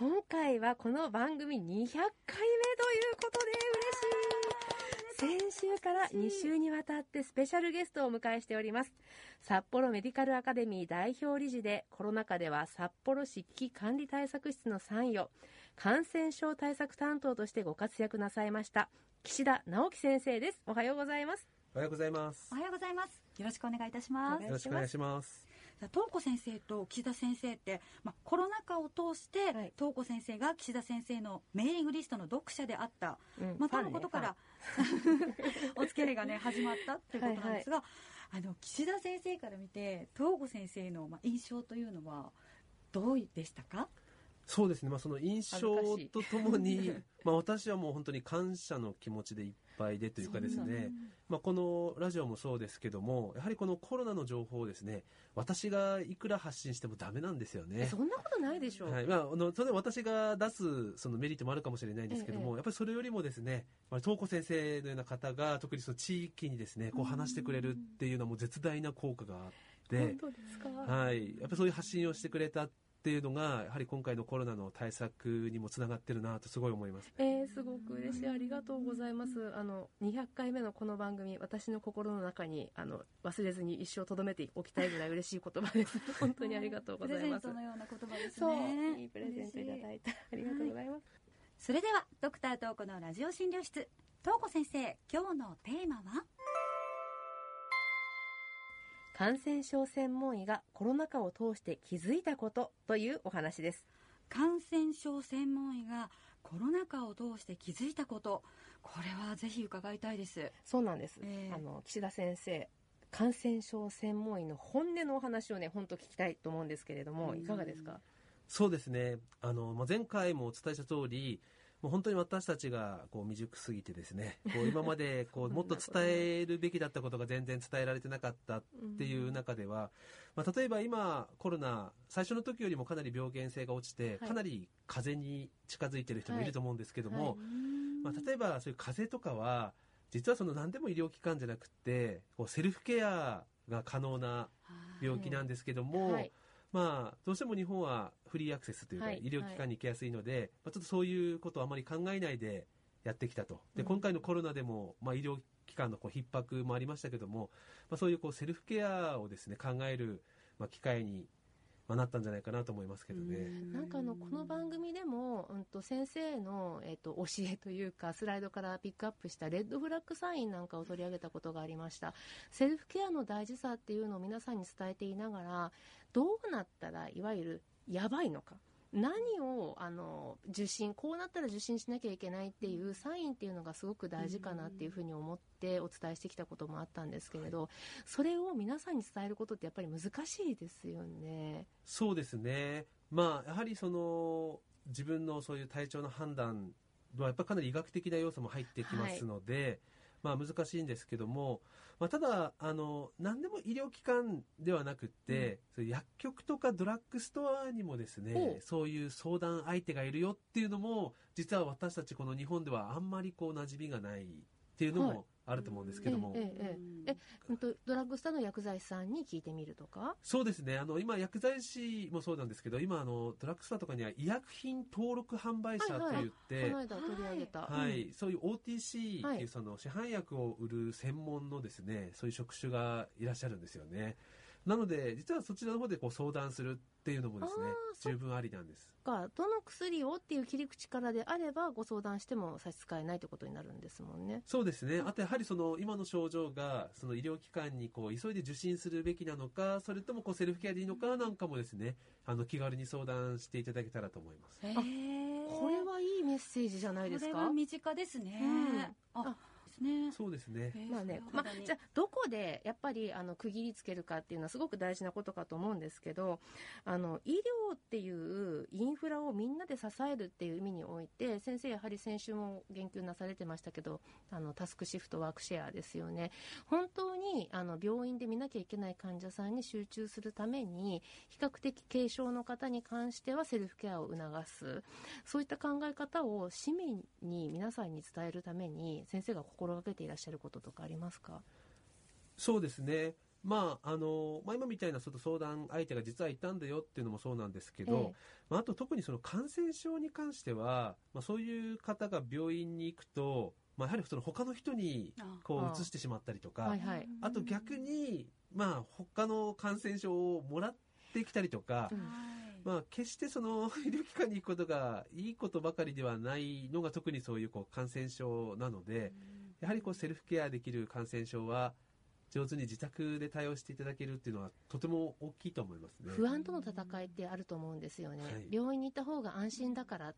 今回はこの番組200回目ということで嬉しい。先週から2週にわたってスペシャルゲストをお迎えしております。札幌メディカルアカデミー代表理事で、コロナ禍では札幌市危機管理対策室の参与、感染症対策担当としてご活躍なさいました岸田直樹先生です。おはようございます。 おはようございます。 おはようございます。よろしくお願いいたします。 よろしくお願いします。 東子先生と岸田先生って、コロナ禍を通して、はい、東子先生が岸田先生のメーリングリストの読者であった、とのことから、お付き合いがね始まったということなんですが、岸田先生から見て東子先生の印象というのはどうでしたか？ そうですね、その印象とともに私はもう本当に感謝の気持ちでいっぱいでというかですね、このラジオもそうですけども、やはりこのコロナの情報をですね、私がいくら発信してもダメなんですよね。 そんなことないでしょう。 はい、それで私が出すそのメリットもあるかもしれないんですけども、やっぱりそれよりもですね、東子先生のような方が特にその地域にですねこう話してくれるっていうのはもう絶大な効果があって、 本当ですか？ はい、やっぱりそういう発信をしてくれたっていうのがやはり今回のコロナの対策にもつながってるなとすごい思います。 すごく嬉しい。ありがとうございます。200回目のこの番組、私の心の中に忘れずに一生とどめておきたいぐらい嬉しい言葉です。本当にありがとうございます。 プレゼントのような言葉ですね。 そう、いいプレゼントいただいた。ありがとうございます。 それではドクター東子のラジオ診療室、東子先生、今日のテーマは？ 感染症専門医がコロナ禍を通して気づいたことというお話です。 感染症専門医がコロナ禍を通して気づいたこと、これはぜひ伺いたいです。 そうなんです。岸田先生、感染症専門医の本音のお話をね、本当聞きたいと思うんですけれども、いかがですか？ そうですね、前回もお伝えした通り、もう本当に私たちが未熟すぎてですね、今までもっと伝えるべきだったことが全然伝えられてなかったっていう中では、例えば今コロナ最初の時よりもかなり病原性が落ちて、かなり風邪に近づいてる人もいると思うんですけども、例えばそういう風邪とかは実は何でも医療機関じゃなくてセルフケアが可能な病気なんですけども、どうしても日本はフリーアクセスというか、医療機関に行きやすいので、ちょっとそういうことをあまり考えないでやってきたと。で、今回のコロナでも、医療機関の逼迫もありましたけども、そういうセルフケアをですね考える、機会になったんじゃないかなと思いますけどね。 なんかこの番組でも、先生の、教えというかスライドからピックアップしたレッドフラッグサインなんかを取り上げたことがありました。セルフケアの大事さっていうのを皆さんに伝えていながら、どうなったらいわゆるやばいのか、何をこうなったら受診しなきゃいけないっていうサインっていうのがすごく大事かなっていうふうに思ってお伝えしてきたこともあったんですけれど、それを皆さんに伝えることってやっぱり難しいですよね。 そうですね、やはり自分のそういう体調の判断はやっぱりかなり医学的な要素も入ってきますので、難しいんですけども、ただ何でも医療機関ではなくって、そういう薬局とかドラッグストアにもですね、そういう相談相手がいるよっていうのも、実は私たちこの日本ではあんまり馴染みがないっていうのもあると思うんですけども、 ドラッグストアの薬剤師さんに聞いてみるとか。 そうですね、今薬剤師もそうなんですけど、今ドラッグストアとかには医薬品登録販売者といって、 この間取り上げた、 そういう OTC っていう市販薬を売る専門のですね、そういう職種がいらっしゃるんですよね。なので実はそちらの方で相談するっていうのもですね、十分ありなんです。 どの薬をっていう切り口からであればご相談しても差し支えないということになるんですもんね。 そうですね。あとやはり今の症状が医療機関に急いで受診するべきなのか、それともセルフケアでいいのかなんかもですね、気軽に相談していただけたらと思います。 これはいいメッセージじゃないですか。 これは身近ですね。 そうですね。 じゃあどこでやっぱり区切りつけるかっていうのはすごく大事なことかと思うんですけど、医療っていうインフラをみんなで支えるっていう意味において、先生やはり先週も言及なされてましたけど、タスクシフトワークシェアですよね。本当に病院で見なきゃいけない患者さんに集中するために、比較的軽症の方に関してはセルフケアを促す、そういった考え方を市民に皆さんに伝えるために先生が心がけていらっしゃることとかありますか？ そうですね、 今みたいな相談相手が実はいたんだよっていうのもそうなんですけど、あと特にその感染症に関しては、そういう方が病院に行くと、やはりその他の人に移してしまったりとか、あと逆に、他の感染症をもらってきたりとか、決してその医療機関に行くことがいいことばかりではないのが特にそういう感染症なので、やはりセルフケアできる感染症は上手に自宅で対応していただけるっていうのはとても大きいと思いますね。 不安との戦いってあると思うんですよね、病院に行った方が安心だからって、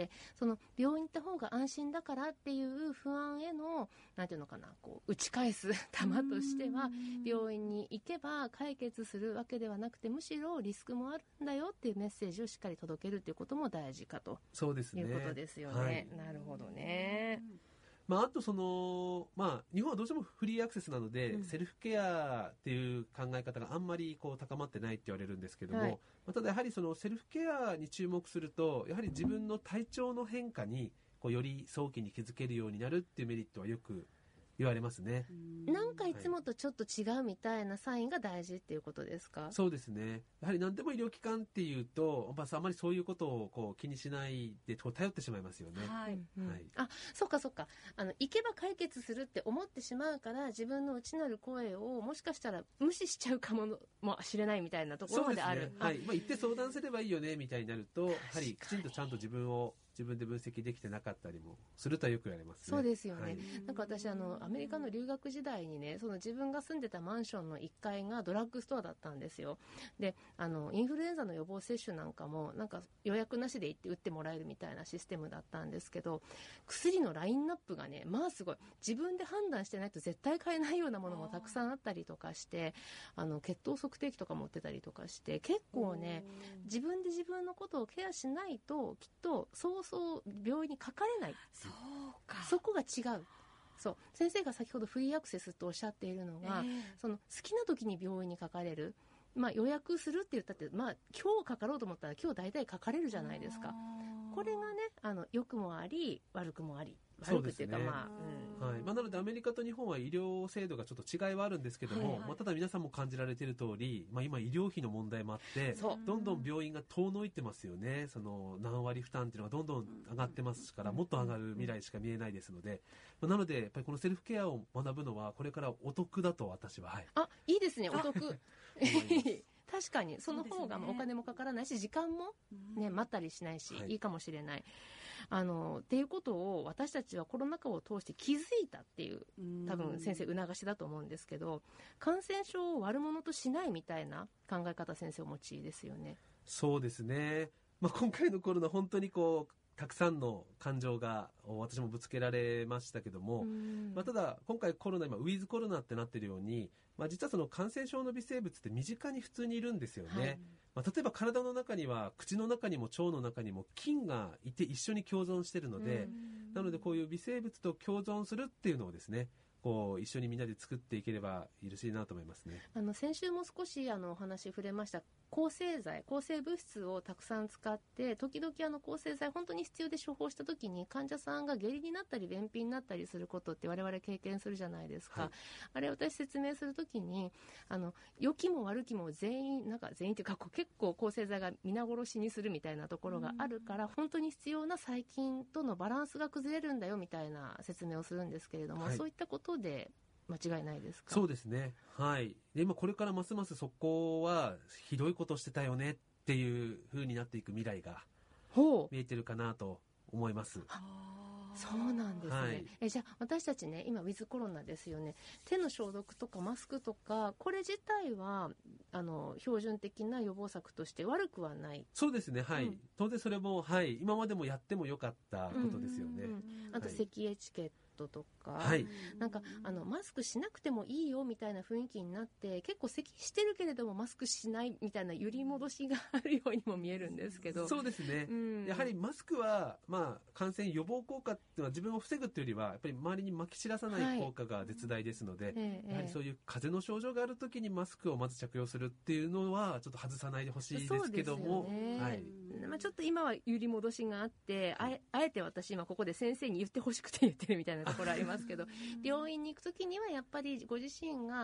その病院に行った方が安心だからっていう不安へのなんていうのかな、打ち返す球としては、病院に行けば解決するわけではなくて、むしろリスクもあるんだよっていうメッセージをしっかり届けるっていうことも大事かとそうですね、 いうことですよね。なるほどね。 あと日本はどうしてもフリーアクセスなので、セルフケアっていう考え方があんまり高まってないって言われるんですけども、ただやはりそのセルフケアに注目すると、やはり自分の体調の変化により早期に気づけるようになるっていうメリットはよく言われますね。 なんかいつもとちょっと違うみたいなサインが大事っていうことですか？ そうですね。やはり何でも医療機関っていうと、あまりそういうことを気にしないで頼ってしまいますよね。 あ、そっかそっか。行けば解決するって思ってしまうから、自分の内なる声をもしかしたら無視しちゃうかもしれないみたいなところまである。 そうですね。行って相談すればいいよねみたいになると、やはりきちんとちゃんと自分で分析できてなかったりもするとはよく言われますね。 そうですよね。なんか私アメリカの留学時代にね、その自分が住んでたマンションの1階がドラッグストアだったんですよ。でインフルエンザの予防接種なんかもなんか予約なしで行って打ってもらえるみたいなシステムだったんですけど、薬のラインナップがね、すごい自分で判断してないと絶対買えないようなものもたくさんあったりとかして、血糖測定器とか持ってたりとかして、結構ね、自分で自分のことをケアしないときっとそう病院にかかれない。そこが違う。そう、先生が先ほどフリーアクセスとおっしゃっているのが、その好きな時に病院にかかれる、予約するって言ったって、今日かかろうと思ったら今日大体かかれるじゃないですか。これがね、良くもあり悪くもあり、悪くっていうかなのでアメリカと日本は医療制度がちょっと違いはあるんですけども、ただ皆さんも感じられている通り、今医療費の問題もあって、どんどん病院が遠のいてますよね。その何割負担っていうのがどんどん上がってますから、もっと上がる未来しか見えないですので、なのでやっぱりこのセルフケアを学ぶのはこれからお得だと私は、 いいですね、お得確かにその方がお金もかからないし、時間も、待ったりしないし、いいかもしれない。っていうことを私たちはコロナ禍を通して気づいたっていう、多分先生促しだと思うんですけど、感染症を悪者としないみたいな考え方、先生お持ちですよね。 そうですね。今回のコロナ本当にたくさんの感情が私もぶつけられましたけども、ただ今回コロナ、今ウィズコロナってなってるように、実はその感染症の微生物って身近に普通にいるんですよね。例えば体の中には口の中にも腸の中にも菌がいて一緒に共存しているので、なのでこういう微生物と共存するっていうのをですね、一緒にみんなで作っていければよろしいなと思いますね。 先週も少しお話触れました抗生物質をたくさん使って、時々抗生剤本当に必要で処方した時に患者さんが下痢になったり便秘になったりすることって我々経験するじゃないですか。あれ私説明する時に良きも悪きも全員というか結構抗生剤が皆殺しにするみたいなところがあるから、本当に必要な細菌とのバランスが崩れるんだよみたいな説明をするんですけれども、そういったことで間違いないですか？ そうですね。で今これからますますそこはひどいことしてたよねっていう風になっていく未来が見えてるかなと思います。 そうなんですね。じゃあ私たちね、今ウィズコロナですよね。手の消毒とかマスクとか、これ自体は標準的な予防策として悪くはない。 そうですね。当然それも今までもやってもよかったことですよね。 あと咳エチケットとか、なんかマスクしなくてもいいよみたいな雰囲気になって、結構咳してるけれどもマスクしないみたいな揺り戻しがあるようにも見えるんですけど。 そうですね。やはりマスクは感染予防効果っていうのは自分を防ぐというよりはやっぱり周りにまき散らさない効果が絶大ですので、やはりそういう風邪の症状があるときにマスクをまず着用するっていうのはちょっと外さないでほしいですけども、 ちょっと今は揺り戻しがあって、あえて私今ここで先生に言ってほしくて言ってるみたいなところありますけど病院に行くときにはやっぱりご自身が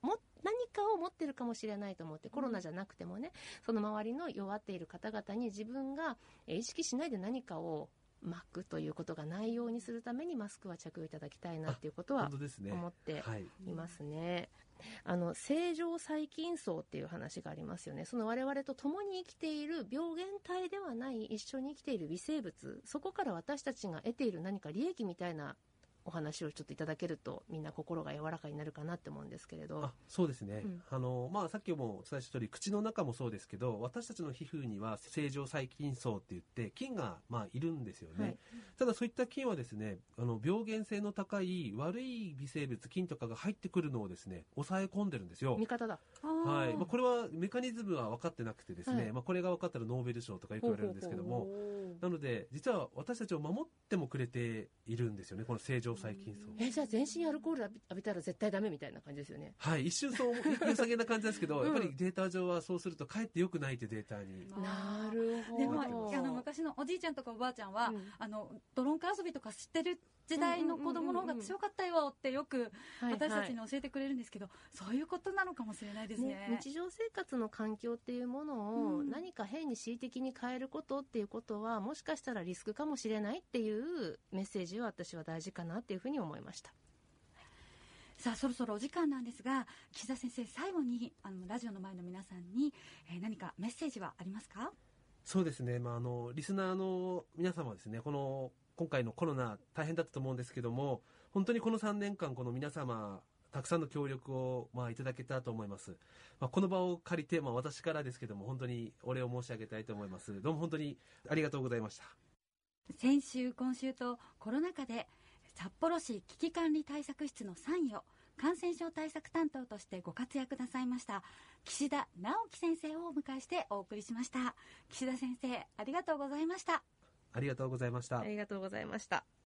何かを持ってるかもしれないと思って、コロナじゃなくてもね、その周りの弱っている方々に自分が意識しないで何かを巻くということがないようにするためにマスクは着用いただきたいなっていうことは思っていますね。正常細菌層っていう話がありますよね。その我々と共に生きている病原体ではない一緒に生きている微生物、そこから私たちが得ている何か利益みたいなお話をちょっといただけると、みんな心が柔らかになるかなって思うんですけれど。 そうですね、さっきもお伝えした通り、口の中もそうですけど、私たちの皮膚には正常細菌層って言って菌がいるんですよね、ただそういった菌はですね、病原性の高い悪い微生物、菌とかが入ってくるのをですね、抑え込んでるんですよ。 味方だ。 これはメカニズムは分かってなくてですね、これが分かったらノーベル賞とかよく言われるんですけども、なので実は私たちを守ってもくれているんですよね、この正常細菌層。 じゃあ全身アルコール浴びたら絶対ダメみたいな感じですよね。 一瞬そう良さげな感じですけど、やっぱりデータ上はそうするとかえって良くないというデータに。 なるほど。 でも昔のおじいちゃんとかおばあちゃんは、ドロンカ遊びとか知ってる時代の子供の方が強かったよってよく私たちに教えてくれるんですけど、そういうことなのかもしれないですね。 日常生活の環境っていうものを何か変に恣意的に変えることっていうことは、もしかしたらリスクかもしれないっていうメッセージは私は大事かなっていうふうに思いました。 さあそろそろお時間なんですが、岸田先生、最後にラジオの前の皆さんに、何かメッセージはありますか？ そうですね、リスナーの皆様はですね、今回のコロナ大変だったと思うんですけども、本当にこの3年間この皆様たくさんの協力をいただけたと思います。この場を借りて、私からですけども本当にお礼を申し上げたいと思います。どうも本当にありがとうございました。 先週今週とコロナ禍で札幌市危機管理対策室の参与感染症対策担当としてご活躍なさいました岸田直樹先生をお迎えしてお送りしました。岸田先生、ありがとうございました。 ありがとうございました。 ありがとうございました。